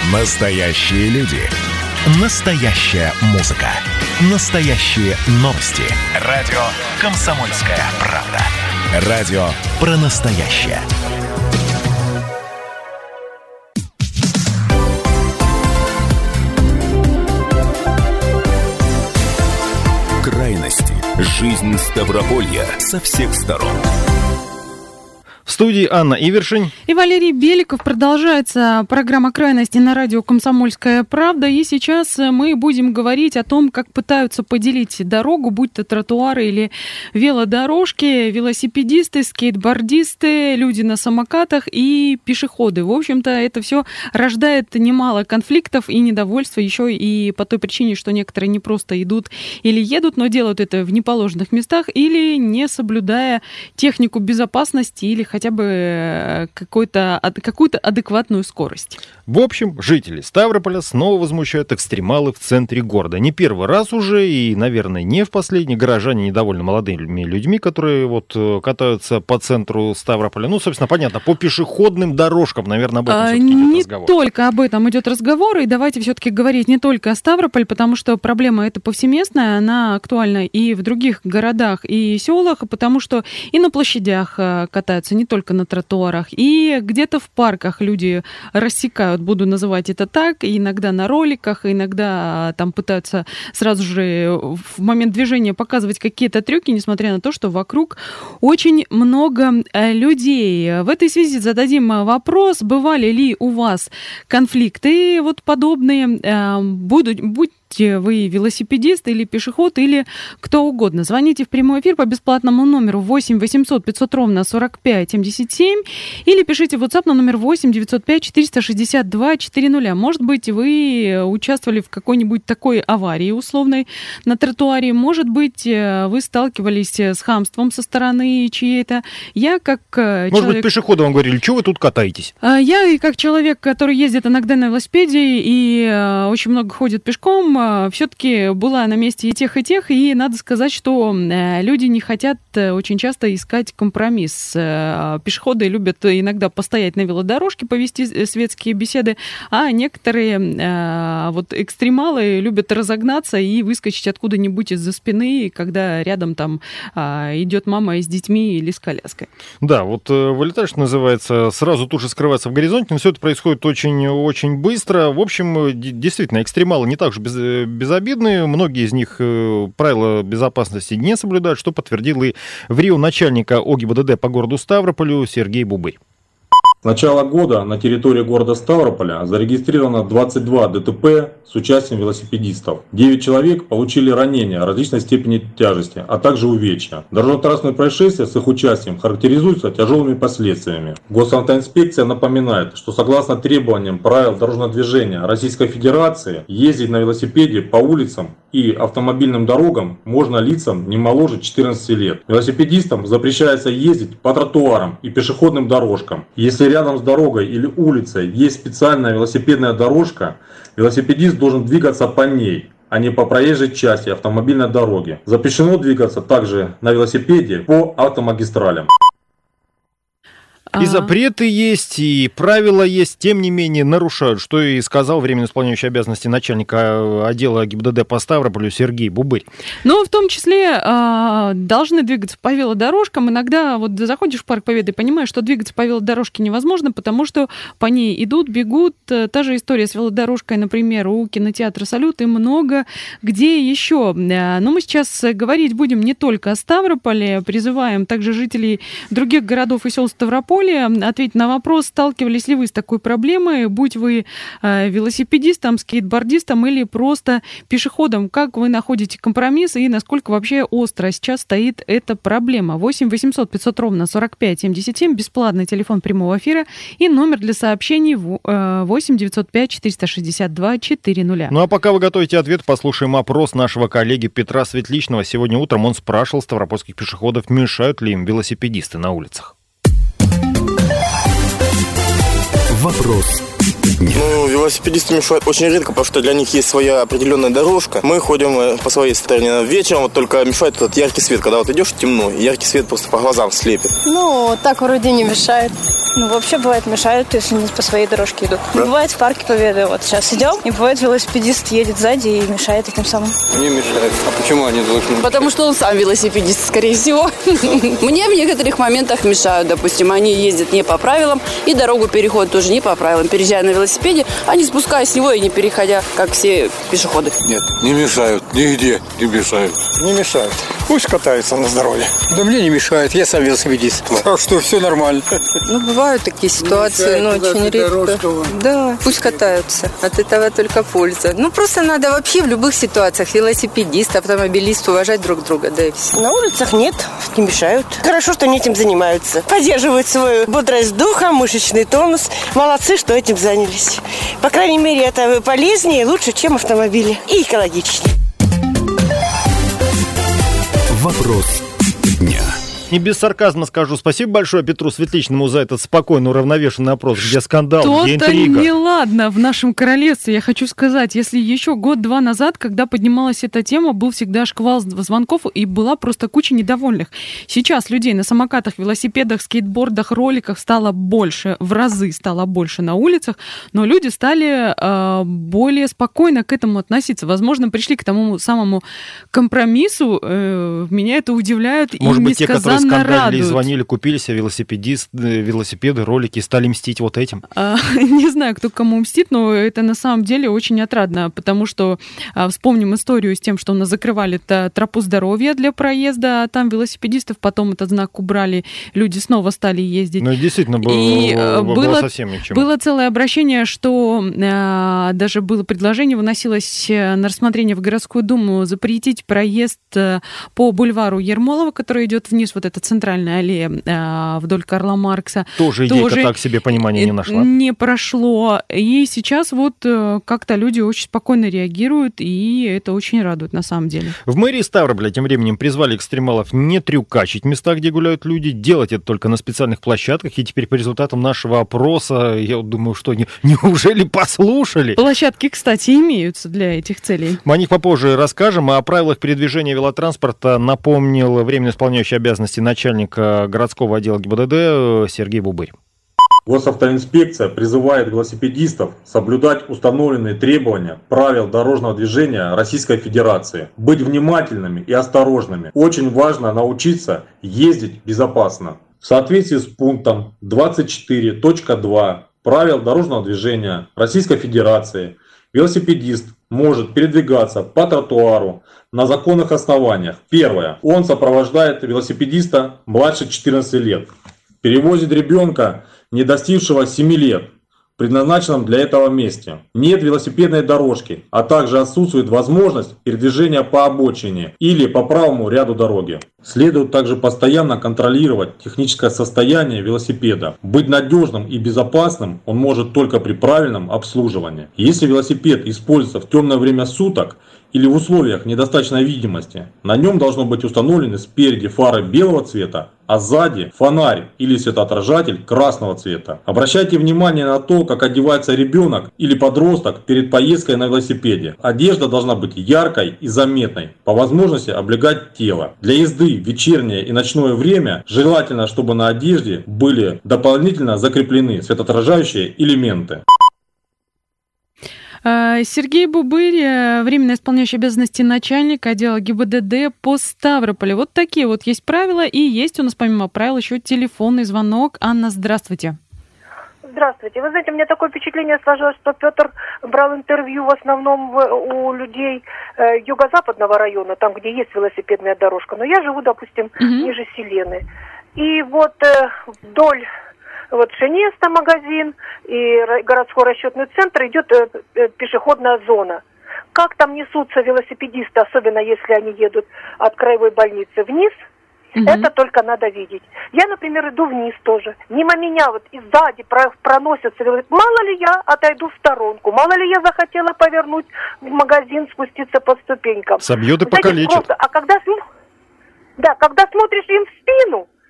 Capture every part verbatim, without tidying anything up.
Настоящие люди. Настоящая музыка. Настоящие новости. Радио «Комсомольская правда». Радио про настоящее. Крайности. Жизнь Ставрополья со всех сторон. В студии Анна Ивершин и Валерий Беликов. Продолжается программа «Крайности» на радио «Комсомольская правда». И сейчас мы будем говорить о том, как пытаются поделить дорогу, будь то тротуары или велодорожки, велосипедисты, скейтбордисты, люди на самокатах и пешеходы. В общем-то, это все рождает немало конфликтов и недовольства, еще и по той причине, что некоторые не просто идут или едут, но делают это в неположенных местах или не соблюдая технику безопасности или хотя хотя бы какой-то, какую-то адекватную скорость. В общем, жители Ставрополя снова возмущают экстремалы в центре города. Не первый раз уже и, наверное, не в последний. Горожане недовольны молодыми людьми, которые вот катаются по центру Ставрополя. Ну, собственно, понятно, по пешеходным дорожкам, наверное, об этом а, все-таки идет разговор. Не только об этом идет разговор, и давайте все-таки говорить не только о Ставрополе, потому что проблема эта повсеместная, она актуальна и в других городах и селах, потому что и на площадях катаются, не только на тротуарах, и где-то в парках люди рассекают, буду называть это так, иногда на роликах, иногда там пытаются сразу же в момент движения показывать какие-то трюки, несмотря на то, что вокруг очень много людей. В этой связи зададим вопрос, бывали ли у вас конфликты вот подобные, будут, будь вы велосипедист или пешеход, или кто угодно. Звоните в прямой эфир по бесплатному номеру восемь восемьсот пятьсот ровно сорок пять семьдесят семь или пишите в WhatsApp на номер восемь девятьсот пять четыреста шестьдесят два четыреста. Может быть, вы участвовали в какой-нибудь такой аварии условной на тротуаре. Может быть, вы сталкивались с хамством со стороны чьей-то. Я как человек... Может быть, пешеходу вам говорили, что вы тут катаетесь? Я и как человек, который ездит иногда на велосипеде и очень много ходит пешком, все-таки была на месте и тех, и тех, и надо сказать, что люди не хотят очень часто искать компромисс. Пешеходы любят иногда постоять на велодорожке, повести светские беседы, а некоторые вот экстремалы любят разогнаться и выскочить откуда-нибудь из-за спины, когда рядом там идет мама с детьми или с коляской. Да, вот вылетаешь, что называется, сразу тут же скрываться в горизонте, но все это происходит очень-очень быстро. В общем, действительно, экстремалы не так же без безобидные, многие из них правила безопасности не соблюдают, что подтвердил и в Рио начальника ОГИБДД по городу Ставрополю Сергей Бубырь. С начала года на территории города Ставрополя зарегистрировано двадцать два ДТП с участием велосипедистов. девять человек получили ранения различной степени тяжести, а также увечья. Дорожно-транспортные происшествия с их участием характеризуются тяжелыми последствиями. Госавтоинспекция напоминает, что согласно требованиям правил дорожного движения Российской Федерации, ездить на велосипеде по улицам и автомобильным дорогам можно лицам не моложе четырнадцати лет. Велосипедистам запрещается ездить по тротуарам и пешеходным дорожкам. Если рядом с дорогой или улицей есть специальная велосипедная дорожка, велосипедист должен двигаться по ней, а не по проезжей части автомобильной дороги. Запрещено двигаться также на велосипеде по автомагистралям. И запреты есть, и правила есть, тем не менее нарушают, что и сказал временно исполняющий обязанности начальника отдела ГИБДД по Ставрополю Сергей Бубырь. Ну, в том числе э, должны двигаться по велодорожкам. Иногда вот заходишь в парк Победы и понимаешь, что двигаться по велодорожке невозможно, потому что по ней идут, бегут. Та же история с велодорожкой, например, у кинотеатра «Салют» и много где еще. Но мы сейчас говорить будем не только о Ставрополе, призываем также жителей других городов и сел Ставрополя ответить на вопрос, сталкивались ли вы с такой проблемой, будь вы э, велосипедистом, скейтбордистом или просто пешеходом. Как вы находите компромисс и насколько вообще остро сейчас стоит эта проблема? восемь восемьсот пятьсот ровно сорок пять семьдесят семь, бесплатный телефон прямого эфира и номер для сообщений восемь девятьсот пять четыреста шестьдесят два четыреста. Ну а пока вы готовите ответ, послушаем опрос нашего коллеги Петра Светличного. Сегодня утром он спрашивал ставропольских пешеходов, мешают ли им велосипедисты на улицах. Вопрос дня. Ну, велосипедисты мешают очень редко, потому что для них есть своя определенная дорожка. Мы ходим по своей стороне. Вечером вот только мешает этот яркий свет. Когда вот идешь темно, яркий свет просто по глазам слепит. Ну, так вроде не мешает. Ну, вообще бывает мешают, если не по своей дорожке идут. Да? Бывает в парке Победы. Вот сейчас идем, и бывает велосипедист едет сзади и мешает этим самым. Не мешает. А почему они должны? Потому что он сам велосипедист, скорее всего. Мне в некоторых моментах мешают. Допустим, они ездят не по правилам, и дорогу переходят тоже не по правилам. Переезжая на велосипеде, а не спускаясь с него и не переходя, как все пешеходы. Нет, не мешают. Нигде не мешают. Не мешают. Пусть катаются на здоровье. Да мне не мешает. Я сам велосипедист. Так что все нормально. Ну, бывают такие ситуации, но очень редко. Да, пусть катаются. От этого только польза. Ну, просто надо вообще в любых ситуациях велосипедист, автомобилист уважать друг друга, да и все. На улицах нет, не мешают. Хорошо, что они этим занимаются. Поддерживают свою бодрость духа, мышечный тонус. Молодцы, что этим занялись. По крайней мере, это полезнее, лучше, чем автомобили. И экологичнее. Вопрос дня. Не без сарказма скажу спасибо большое Петру Светличному за этот спокойный, уравновешенный опрос, где скандал, Что-то где интрига. неладно в нашем королевстве, я хочу сказать. Если еще год-два назад, когда поднималась эта тема, был всегда шквал звонков и была просто куча недовольных. Сейчас людей на самокатах, велосипедах, скейтбордах, роликах стало больше, в разы стало больше на улицах, но люди стали э, более спокойно к этому относиться. Возможно, пришли к тому самому компромиссу. Э, меня это удивляет и Может быть, те, которые скандалили радуют. и звонили, купили себе велосипедист, велосипеды, ролики и стали мстить вот этим? А, не знаю, кто кому мстит, но это на самом деле очень отрадно, потому что а, вспомним историю с тем, что у нас закрывали тропу здоровья для проезда, а там велосипедистов, потом этот знак убрали, люди снова стали ездить. Ну, действительно, было, и было, было совсем ничего. Было целое обращение, что а, даже было предложение, выносилось на рассмотрение в городскую думу запретить проезд по бульвару Ермолова, который идет вниз, вот эта центральная аллея а, вдоль Карла Маркса. Тоже идейка так себе понимания не нашла. Не прошло. И сейчас вот как-то люди очень спокойно реагируют, и это очень радует на самом деле. В мэрии Ставрополя тем временем призвали экстремалов не трюкачить места, где гуляют люди, делать это только на специальных площадках, и теперь по результатам нашего опроса, я вот думаю, что не, неужели послушали? Площадки, кстати, имеются для этих целей. Мы о них попозже расскажем, а о правилах передвижения велотранспорта напомнил временно исполняющий обязанности начальника городского отдела ГИБДД Сергей Бубырь. Госавтоинспекция призывает велосипедистов соблюдать установленные требования правил дорожного движения Российской Федерации, быть внимательными и осторожными. Очень важно научиться ездить безопасно. В соответствии с пунктом двадцать четыре точка два правил дорожного движения Российской Федерации велосипедист может передвигаться по тротуару на законных основаниях. Первое. Он сопровождает велосипедиста младше четырнадцати лет. Перевозит ребенка, не достигшего семи лет, в предназначенном для этого месте. Нет велосипедной дорожки, а также отсутствует возможность передвижения по обочине или по правому ряду дороги. Следует также постоянно контролировать техническое состояние велосипеда. Быть надежным и безопасным он может только при правильном обслуживании. Если велосипед используется в темное время суток или в условиях недостаточной видимости, на нем должно быть установлены спереди фары белого цвета, а сзади фонарь или светоотражатель красного цвета. Обращайте внимание на то, как одевается ребенок или подросток перед поездкой на велосипеде. Одежда должна быть яркой и заметной, по возможности облегать тело. Для езды в вечернее и ночное время желательно, чтобы на одежде были дополнительно закреплены светоотражающие элементы. Сергей Бубырь, временно исполняющий обязанности начальника отдела ГИБДД по Ставрополю. Вот такие вот есть правила, и есть у нас помимо правил еще телефонный звонок. Анна, здравствуйте. Здравствуйте. Вы знаете, у меня такое впечатление сложилось, что Петр брал интервью в основном у людей э, юго-западного района, там, где есть велосипедная дорожка. Но я живу, допустим, mm-hmm. ниже Селены. И вот э, вдоль вот Шенеста магазин и городской расчетный центр идет э, э, пешеходная зона. Как там несутся велосипедисты, особенно если они едут от краевой больницы вниз, mm-hmm. это только надо видеть. Я, например, иду вниз тоже. Мимо меня вот и сзади проносятся велосипеды. Мало ли я отойду в сторонку, мало ли я захотела повернуть в магазин, спуститься по ступенькам. Собьет и покалечит. А когда, да, когда смотришь им в спину,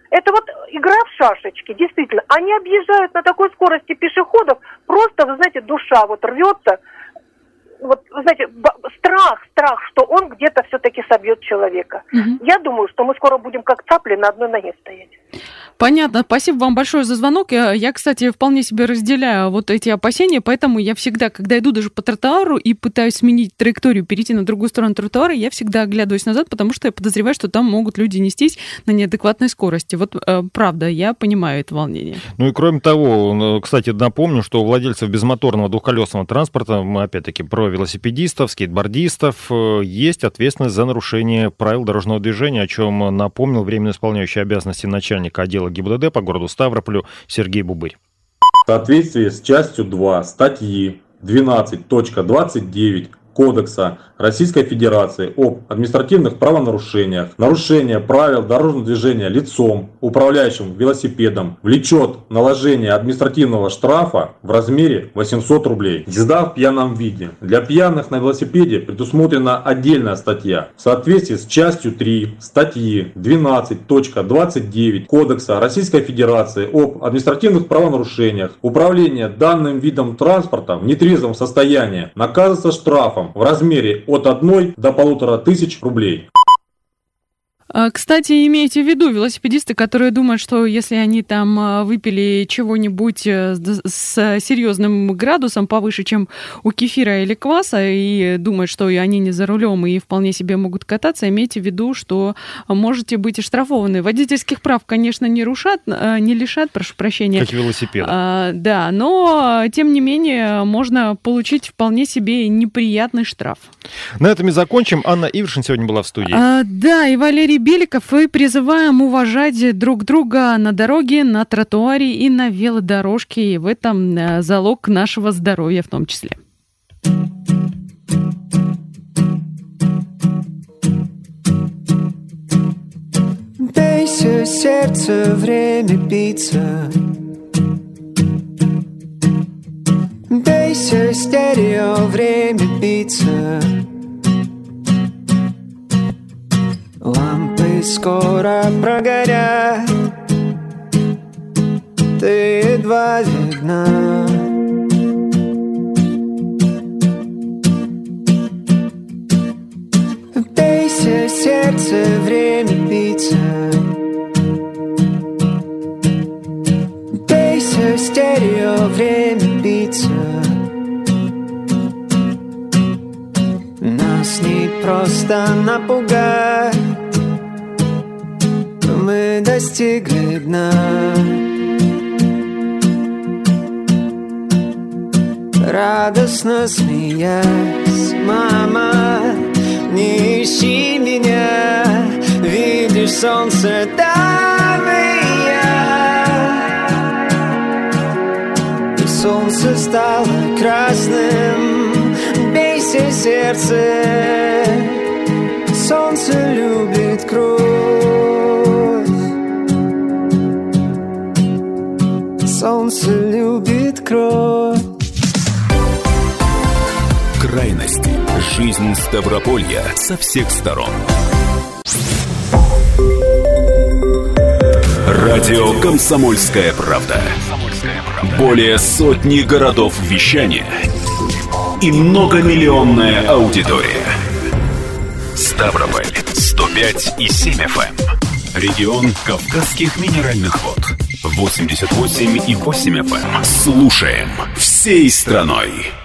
Это вот игра в шашечки, действительно. Они объезжают на такой скорости пешеходов, просто, вы знаете, душа вот рвется. Вот, вы знаете, страх, страх, что он где-то все-таки собьет человека. Угу. Я думаю, что мы скоро будем как цапли на одной ноге стоять. Понятно. Спасибо вам большое за звонок. Я, я, кстати, вполне себе разделяю вот эти опасения, поэтому я всегда, когда иду даже по тротуару и пытаюсь сменить траекторию, перейти на другую сторону тротуара, я всегда оглядываюсь назад, потому что я подозреваю, что там могут люди нестись на неадекватной скорости. Вот э, правда, я понимаю это волнение. Ну и кроме того, кстати, напомню, что у владельцев безмоторного двухколесного транспорта, мы опять-таки про велосипедистов, скейтбордистов, есть ответственность за нарушение правил дорожного движения, о чем напомнил временно исполняющий обязанности начальника отдела ГИБДД по городу Ставрополю Сергей Бубырь. В соответствии с частью два статьи двенадцать точка двадцать девять Кодекса Российской Федерации об административных правонарушениях, нарушение правил дорожного движения лицом, управляющим велосипедом, влечет наложение административного штрафа в размере восемьсот рублей. Езда в пьяном виде. Для пьяных на велосипеде предусмотрена отдельная статья. В соответствии с частью три статьи двенадцать точка двадцать девять Кодекса Российской Федерации об административных правонарушениях, управление данным видом транспорта в нетрезвом состоянии наказывается штрафом в размере от одной до полутора тысяч рублей. Кстати, имейте в виду, велосипедисты, которые думают, что если они там выпили чего-нибудь с серьезным градусом повыше, чем у кефира или кваса, и думают, что они не за рулем и вполне себе могут кататься, имейте в виду, что можете быть оштрафованы. Водительских прав, конечно, не рушат, не лишат, прошу прощения. Как велосипед. А, да, но, тем не менее, можно получить вполне себе неприятный штраф. На этом и закончим. Анна Ивершин сегодня была в студии. А, да, и Валерий Беликов, и призываем уважать друг друга на дороге, на тротуаре и на велодорожке. И в этом залог нашего здоровья в том числе. Бейся, сердце, время биться. Бейся, стерео, время биться. Лампы скоро прогорят, ты едва видна. Бейся, сердце, время биться. Бейся, стерео, время биться. Нас не просто напугать, мы достигли дна. Радостно смеясь, мама, не ищи меня, видишь солнце там и я. И солнце стало красным, бейся, сердце, солнце любит кровь. Солнце любит кровь. Крайности. Жизнь Ставрополья со всех сторон. Радио «Комсомольская правда». Более сотни городов вещания и многомиллионная аудитория. Ставрополь сто пять и семь эф эм. Регион Кавказских минеральных вод. восемьдесят восемь и восемь эф эм. Слушаем всей страной.